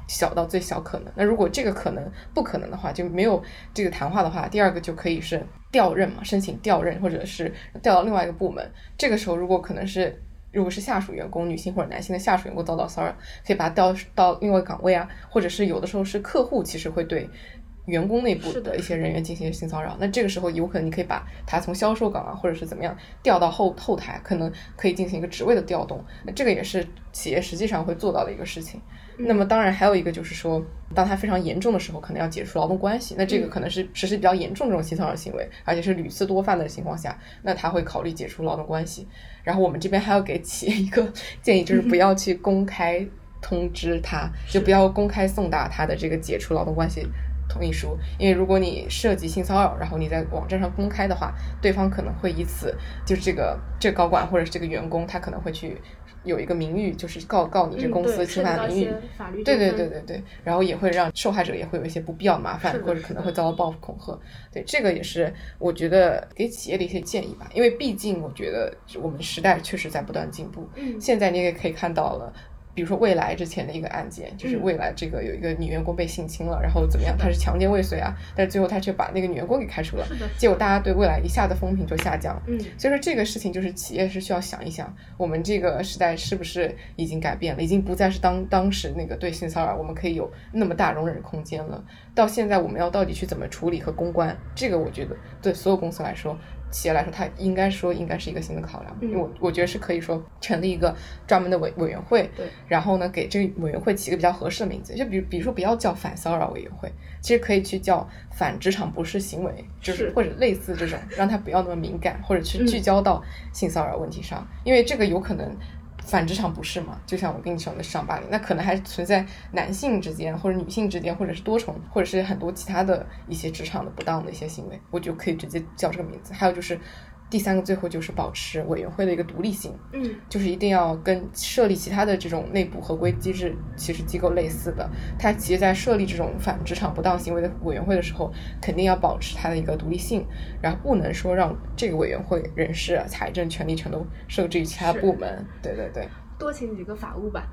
小到最小可能。那如果这个可能不可能的话，就没有这个谈话的话，第二个就可以是调任嘛，申请调任，或者是调到另外一个部门。这个时候如果是下属员工，女性或者男性的下属员工遭到骚扰，可以把他调到另外一个岗位啊，或者是有的时候是客户其实会对员工内部的一些人员进行性骚扰，那这个时候有可能你可以把他从销售岗啊，或者是怎么样调到后台，可能可以进行一个职位的调动。那这个也是企业实际上会做到的一个事情。那么当然还有一个就是说，当它非常严重的时候，可能要解除劳动关系。那这个可能是实施比较严重这种性骚扰行为，而且是屡次多犯的情况下，那他会考虑解除劳动关系。然后我们这边还要给企业一个建议，就是不要去公开通知他，就不要公开送达他的这个解除劳动关系同意书，因为如果你涉及性骚扰，然后你在网站上公开的话，对方可能会以此就是这个高管或者是这个员工，他可能会去有一个名誉，就是告你这公司侵犯名誉，对，然后也会让受害者也会有一些不必要的麻烦，或者可能会遭到报复恐吓。对，这个也是我觉得给企业的一些建议吧，因为毕竟我觉得我们时代确实在不断进步。现在你也可以看到了。比如说蔚来之前的一个案件，就是蔚来这个有一个女员工被性侵了，然后怎么样，她是强奸未遂啊，但是最后她却把那个女员工给开除了，结果大家对蔚来一下子风评就下降。所以说这个事情就是企业是需要想一想，我们这个时代是不是已经改变了，已经不再是当时那个对性骚扰我们可以有那么大容忍空间了，到现在我们要到底去怎么处理和公关，这个我觉得对所有公司来说，企业来说，它应该是一个新的考量。因为我觉得是可以说成立一个专门的委员会， 对， 然后呢给这个委员会起一个比较合适的名字，就比如说不要叫反骚扰委员会，其实可以去叫反职场不适行为，就是或者类似这种，让它不要那么敏感，或者去聚焦到性骚扰问题上，因为这个有可能。反职场不适嘛，就像我跟你说的职场霸凌，那可能还存在男性之间或者女性之间，或者是多重，或者是很多其他的一些职场的不当的一些行为，我就可以直接叫这个名字。还有就是第三个，最后就是保持委员会的一个独立性，就是一定要跟设立其他的这种内部合规机制其实机构类似的，它企业在设立这种反职场不当行为的委员会的时候，肯定要保持它的一个独立性，然后不能说让这个委员会人事啊、财政权力全都受制于其他部门。对， 多请几个法务吧。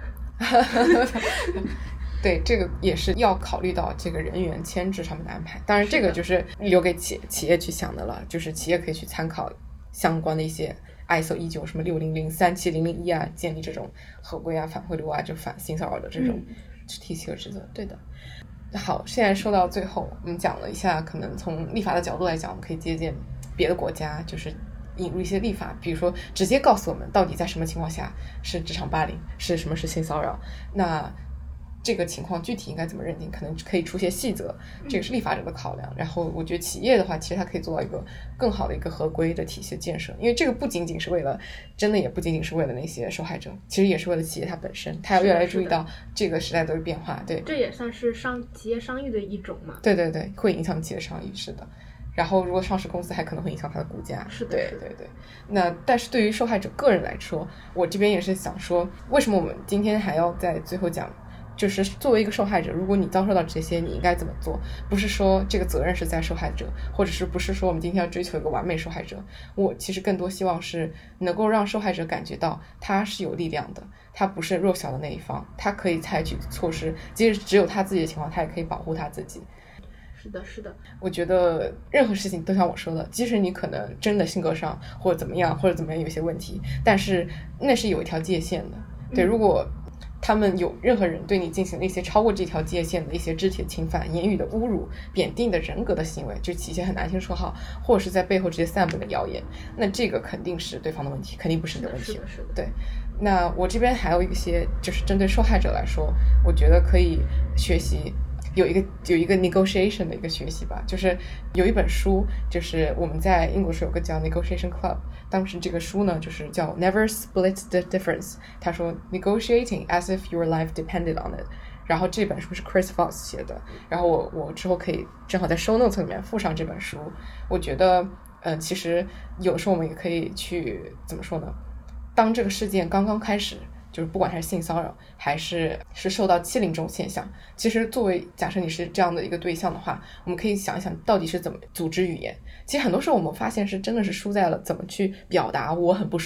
对，这个也是要考虑到这个人员牵制上面的安排，当然这个就是留给企业去想的了，就是企业可以去参考相关的一些 ISO 19什么600、37001啊，建立这种合规啊、反贿赂啊，就反性骚扰的这种体系和职责。对的。好，现在说到最后，我们讲了一下，可能从立法的角度来讲，我们可以借鉴别的国家，就是引入一些立法，比如说直接告诉我们到底在什么情况下是职场霸凌，是什么是性骚扰，那这个情况具体应该怎么认定，可能可以出些细则，这个是立法者的考量。然后我觉得企业的话，其实它可以做到一个更好的一个合规的体系建设，因为这个不仅仅是为了，真的也不仅仅是为了那些受害者，其实也是为了企业它本身，它要越来越注意到这个时代的变化。对， 这也算是企业商誉的一种嘛。 对，会影响企业商誉，是的。然后如果上市公司还可能会影响它的股价。 是的， 对。那但是对于受害者个人来说，我这边也是想说，为什么我们今天还要在最后讲，就是作为一个受害者，如果你遭受到这些，你应该怎么做？不是说这个责任是在受害者，或者是不是说我们今天要追求一个完美受害者？我其实更多希望是能够让受害者感觉到他是有力量的，他不是弱小的那一方，他可以采取措施，即使只有他自己的情况，他也可以保护他自己。 是的， 我觉得任何事情都像我说的，即使你可能真的性格上或者怎么样有些问题，但是那是有一条界限的。对，如果他们有任何人对你进行了一些超过这条界限的一些肢体的侵犯、言语的侮辱、贬低的人格的行为，就起一些很难听说话，或者是在背后直接散布的谣言，那这个肯定是对方的问题，肯定不是你的问题。 是的。 对，那我这边还有一些就是针对受害者来说，我觉得可以学习有一个 negotiation 的一个学习吧，就是有一本书，就是我们在英国是有个叫 Negotiation Club， 当时这个书呢就是叫 Never Split the Difference， 他说 Negotiating as if your life depended on it， 然后这本书是 Chris Voss 写的，然后我之后可以正好在 show notes 里面附上这本书。我觉得其实有时候我们也可以去怎么说呢，当这个事件刚刚开始，就是不管它是性骚扰还是受到欺凌这种现象，其实作为假设你是这样的一个对象的话，我们可以想一想到底是怎么组织语言。其实很多时候我们发现是真的是输在了怎么去表达我很不爽，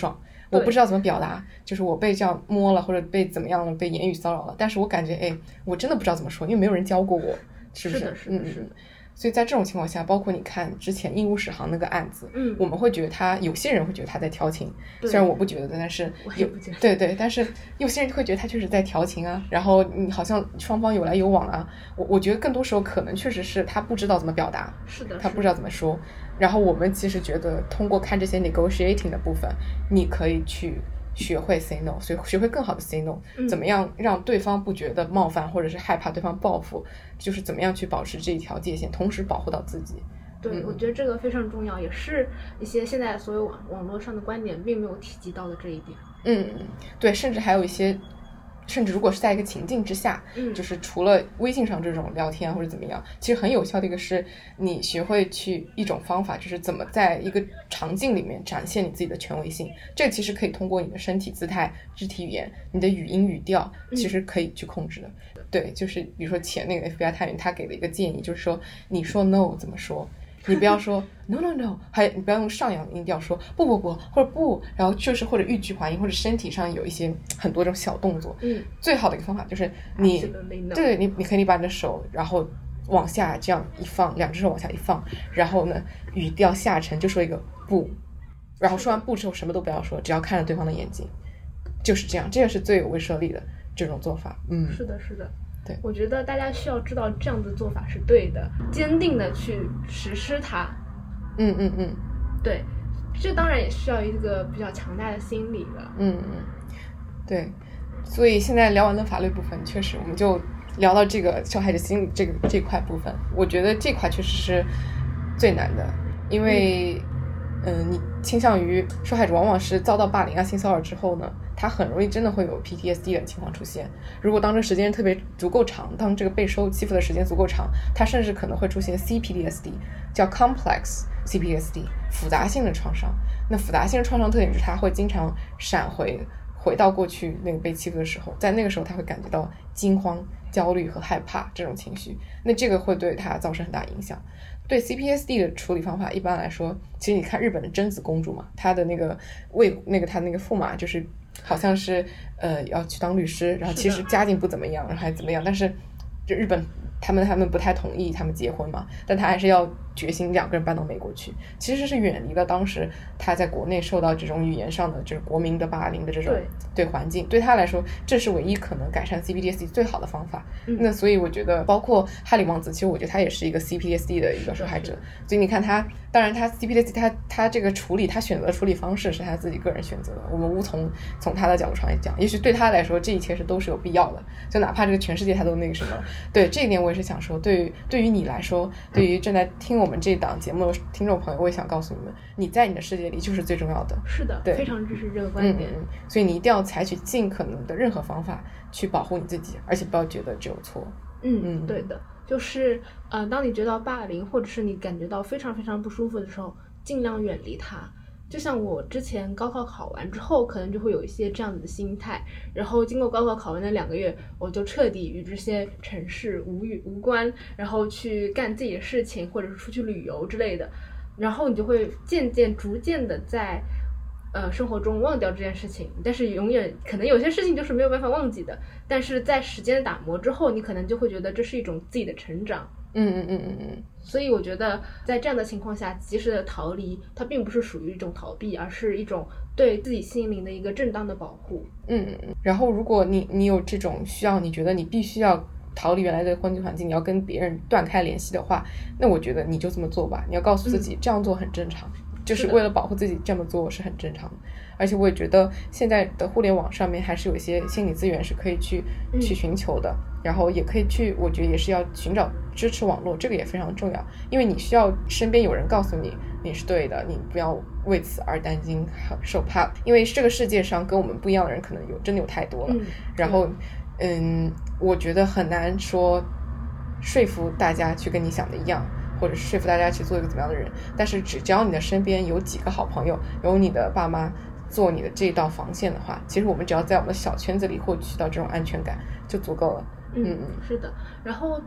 我不知道怎么表达，就是我被这样摸了或者被怎么样了，被言语骚扰了，但是我感觉我真的不知道怎么说，因为没有人教过我，是不是？ 是的。 所以在这种情况下，包括你看之前义乌史航那个案子，我们会觉得有些人会觉得他在调情，虽然我不觉得，但是我也不觉得， 对，但是有些人会觉得他确实在调情啊，然后你好像双方有来有往啊，我觉得更多时候可能确实是他不知道怎么表达， 是的， 他不知道怎么说，然后我们其实觉得通过看这些 negotiating 的部分，你可以去学会 say no， 所以学会更好的 say no，怎么样让对方不觉得冒犯或者是害怕对方报复，就是怎么样去保持这一条界限，同时保护到自己。 对，我觉得这个非常重要，也是一些现在所有网络上的观点并没有提及到的这一点。 对，甚至还有一些，甚至如果是在一个情境之下，就是除了微信上这种聊天啊或者怎么样，其实很有效的一个是你学会去一种方法，就是怎么在一个场景里面展现你自己的权威性。这个其实可以通过你的身体姿态、肢体语言、你的语音语调，其实可以去控制的。对，就是比如说前那个 FBI 探员他给了一个建议，就是说你说 no 怎么说。你不要说 no no no， 你不要用上扬音调说不或者不，然后就是或者欲拒还迎，或者身体上有一些很多这种小动作。最好的一个方法就是你对你可以把你的手然后往下这样一放，两只手往下一放，然后呢语调下沉就说一个不，然后说完不之后什么都不要说，只要看着对方的眼睛，就是这样，这个是最有威慑力的这种做法。 是的对， 我觉得大家需要知道这样的做法是对的，坚定的去实施它。对，这当然也需要一个比较强大的心理了。 对，所以现在聊完了法律部分，确实我们就聊到这个受害者心理这块部分，我觉得这块确实是最难的，因为你倾向于受害者往往是遭到霸凌啊性骚扰之后呢，他很容易真的会有 PTSD 的情况出现。如果当这个时间特别足够长，当这个被欺负的时间足够长，他甚至可能会出现 CPTSD， 叫 Complex CPTSD， 复杂性的创伤。那复杂性的创伤特点就是他会经常回到过去那个被欺负的时候，在那个时候他会感觉到惊慌、焦虑和害怕这种情绪，那这个会对他造成很大影响。对 CPTSD 的处理方法，一般来说，其实你看日本的贞子公主嘛，她的她那个驸马就是好像是要去当律师，然后其实家境不怎么样，然后还怎么样，但是就日本他们不太同意他们结婚嘛，但他还是要决心两个人搬到美国去，其实是远离了当时他在国内受到这种语言上的就是国民的霸凌的这种对环境，对他来说这是唯一可能改善 CPTSD 最好的方法。那所以我觉得包括哈里王子，其实我觉得他也是一个 CPTSD 的一个受害者，所以你看他，当然他 CPTSD 他这个他选择的处理方式是他自己个人选择的，我们无从他的角度上来讲，也许对他来说这一切都是有必要的，就哪怕这个全世界他都那个什么。对这一点我也是想说，对于你来说，对于正在听我们这档节目的听众朋友，我也想告诉你们，你在你的世界里就是最重要的。 是的， 对， 非常支持这个观点。 所以你一定要采取尽可能的任何方法去保护你自己，而且不要觉得只有错。 对的，就是当你觉得霸凌或者是你感觉到非常非常不舒服的时候，尽量远离它。就像我之前高考考完之后，可能就会有一些这样子的心态，然后经过高考考完的2个月，我就彻底与这些城市无关，然后去干自己的事情，或者是出去旅游之类的，然后你就会逐渐的在生活中忘掉这件事情，但是永远可能有些事情就是没有办法忘记的，但是在时间的打磨之后，你可能就会觉得这是一种自己的成长。所以我觉得在这样的情况下，及时的逃离它并不是属于一种逃避，而是一种对自己心灵的一个正当的保护。 然后如果你有这种需要，你觉得你必须要逃离原来的婚姻环境，你要跟别人断开联系的话，那我觉得你就这么做吧，你要告诉自己这样做很正常，就是为了保护自己这么做是很正常的。而且我也觉得现在的互联网上面还是有一些心理资源是可以去寻求的，然后也可以我觉得也是要寻找支持网络，这个也非常重要，因为你需要身边有人告诉你是对的，你不要为此而担惊受怕，因为这个世界上跟我们不一样的人可能真的有太多了。然后我觉得很难说服大家去跟你想的一样，或者是说服大家去做一个怎么样的人，但是只要你的身边有几个好朋友，有你的爸妈做你的这一道防线的话，其实我们只要在我们的小圈子里获取到这种安全感就足够了。 是的。然后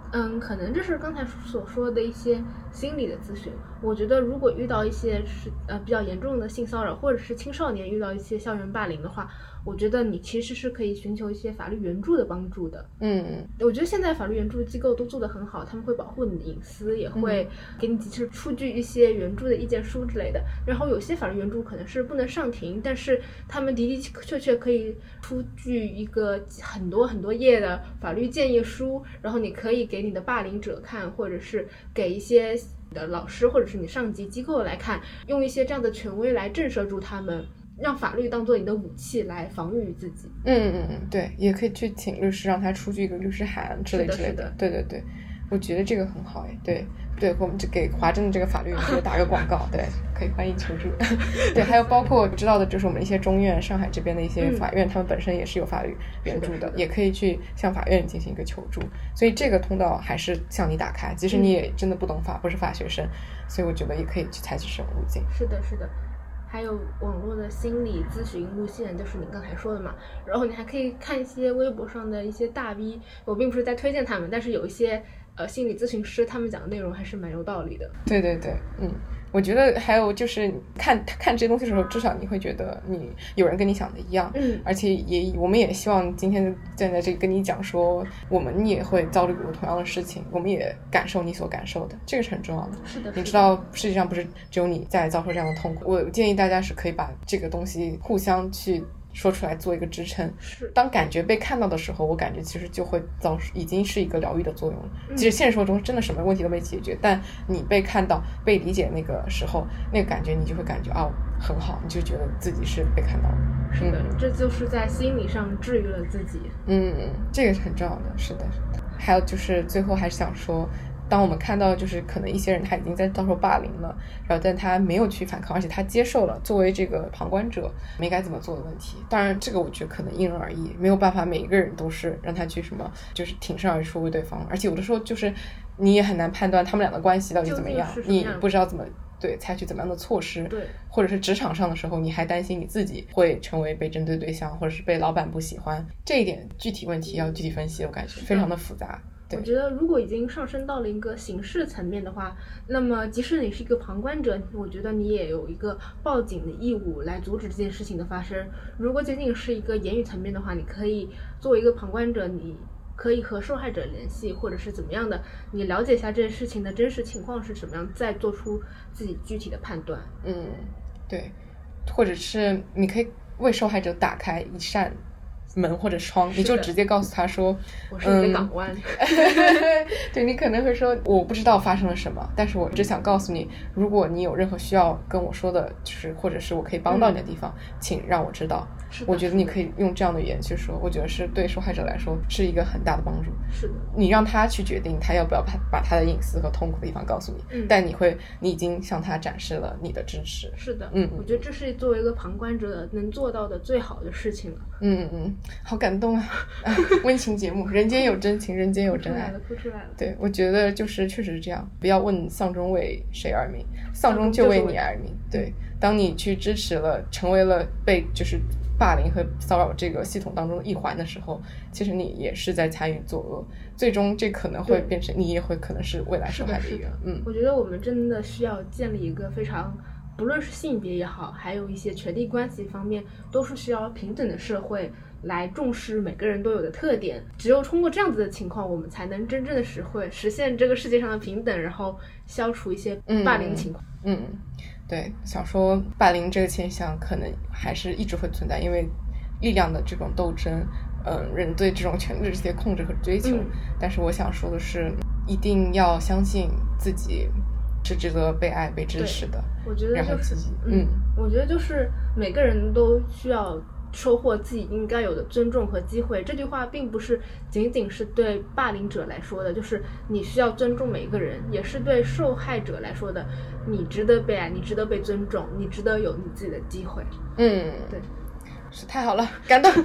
可能这是刚才所说的一些心理的咨询。我觉得如果遇到一些是比较严重的性骚扰，或者是青少年遇到一些校园霸凌的话，我觉得你其实是可以寻求一些法律援助的帮助的。我觉得现在法律援助机构都做得很好，他们会保护你的隐私，也会给你及时出具一些援助的意见书之类的。然后有些法律援助可能是不能上庭，但是他们的的确确可以出具一个很多很多页的法律建议书，然后你可以给你的霸凌者看，或者是给一些你的老师或者是你上级机构来看，用一些这样的权威来震慑住他们，让法律当做你的武器来防御自己。 对，也可以去请律师，让他出具一个律师函之类的。对，我觉得这个很好。对，我们就给华政的这个法律援助打个广告，对，可以欢迎求助。对，还有包括知道的就是我们一些中院、上海这边的一些法院，他们本身也是有法律援助的，也可以去向法院进行一个求助。所以这个通道还是向你打开，即使你也真的不懂法，不是法学生，所以我觉得也可以去采取这种路径。 是的。还有网络的心理咨询路线，就是你刚才说的嘛。然后你还可以看一些微博上的一些大 V， 我并不是在推荐他们，但是有一些心理咨询师，他们讲的内容还是蛮有道理的。对， 我觉得还有就是看这些东西的时候，至少你会觉得你有人跟你想的一样，而且我们也希望今天站在这里跟你讲说，我们也会遭遇过同样的事情，我们也感受你所感受的，这个是很重要的。 是的， 你知道世界上不是只有你在遭受这样的痛苦，我建议大家是可以把这个东西互相去说出来做一个支撑。当感觉被看到的时候，我感觉其实就会已经是一个疗愈的作用了。其实现实生活中真的什么问题都没解决，但你被看到被理解那个时候，那个感觉你就会感觉很好，你就觉得自己是被看到的。 是的，这就是在心理上治愈了自己。 这个是很重要的。是的。还有就是最后还是想说，当我们看到就是可能一些人他已经在遭受霸凌了，然后但他没有去反抗，而且他接受了作为这个旁观者没该怎么做的问题。当然这个我觉得可能因人而异，没有办法每一个人都是让他去什么就是挺身而出为对方，而且有的时候就是你也很难判断他们俩的关系到底怎么样，你不知道怎么采取怎么样的措施。 对， 或者是职场上的时候你还担心你自己会成为被针对对象，或者是被老板不喜欢，这一点具体问题要具体分析，我感觉非常的复杂。 我觉得如果已经上升到了一个刑事层面的话，那么即使你是一个旁观者，我觉得你也有一个报警的义务来阻止这件事情的发生。如果仅仅是一个言语层面的话，你可以作为一个旁观者，你可以和受害者联系，或者是怎么样的，你了解一下这件事情的真实情况是什么样，再做出自己具体的判断。 对，或者是你可以为受害者打开一扇门或者窗，你就直接告诉他说我是你的港湾。 对，你可能会说我不知道发生了什么，但是我只想告诉你，如果你有任何需要跟我说的，就是或者是我可以帮到你的地方，请让我知道。我觉得你可以用这样的语言去说，我觉得是对受害者来说是一个很大的帮助。 是的， 你让他去决定他要不要把他的隐私和痛苦的地方告诉你，但你已经向他展示了你的支持。 是的，我觉得这是作为一个旁观者能做到的最好的事情了。 好感动啊！温情节目，人间有真情，人间有真爱， 哭出来了。 对，我觉得就是确实是这样，不要问丧钟为谁而鸣，丧钟就为你而鸣。对，当你去支持了，成为了被就是霸凌和骚扰这个系统当中的一环的时候，其实你也是在参与作恶，最终这可能会变成你也会可能是未来受害的一个。 我觉得我们真的需要建立一个非常，不论是性别也好，还有一些权力关系方面，都是需要平等的社会来重视每个人都有的特点。只有通过这样子的情况，我们才能真正的实现这个世界上的平等，然后消除一些霸凌的情况。 对，想说霸凌这个现象可能还是一直会存在，因为力量的这种斗争，人对这种权力的这些控制和追求。但是我想说的是，一定要相信自己是值得被爱、被支持的。 我觉得然后自己， 我觉得就是每个人都需要收获自己应该有的尊重和机会。这句话并不是仅仅是对霸凌者来说的，就是你需要尊重每一个人，也是对受害者来说的。你值得被爱，你值得被尊重，你值得有你自己的机会。对， 是太好了，感动。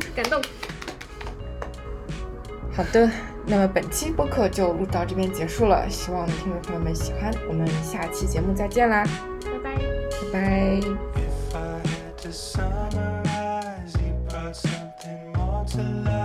好的，那么本期播客就录到这边结束了，希望听众朋友们喜欢，我们下期节目再见啦， 拜拜。 To summarize, you brought something more to life.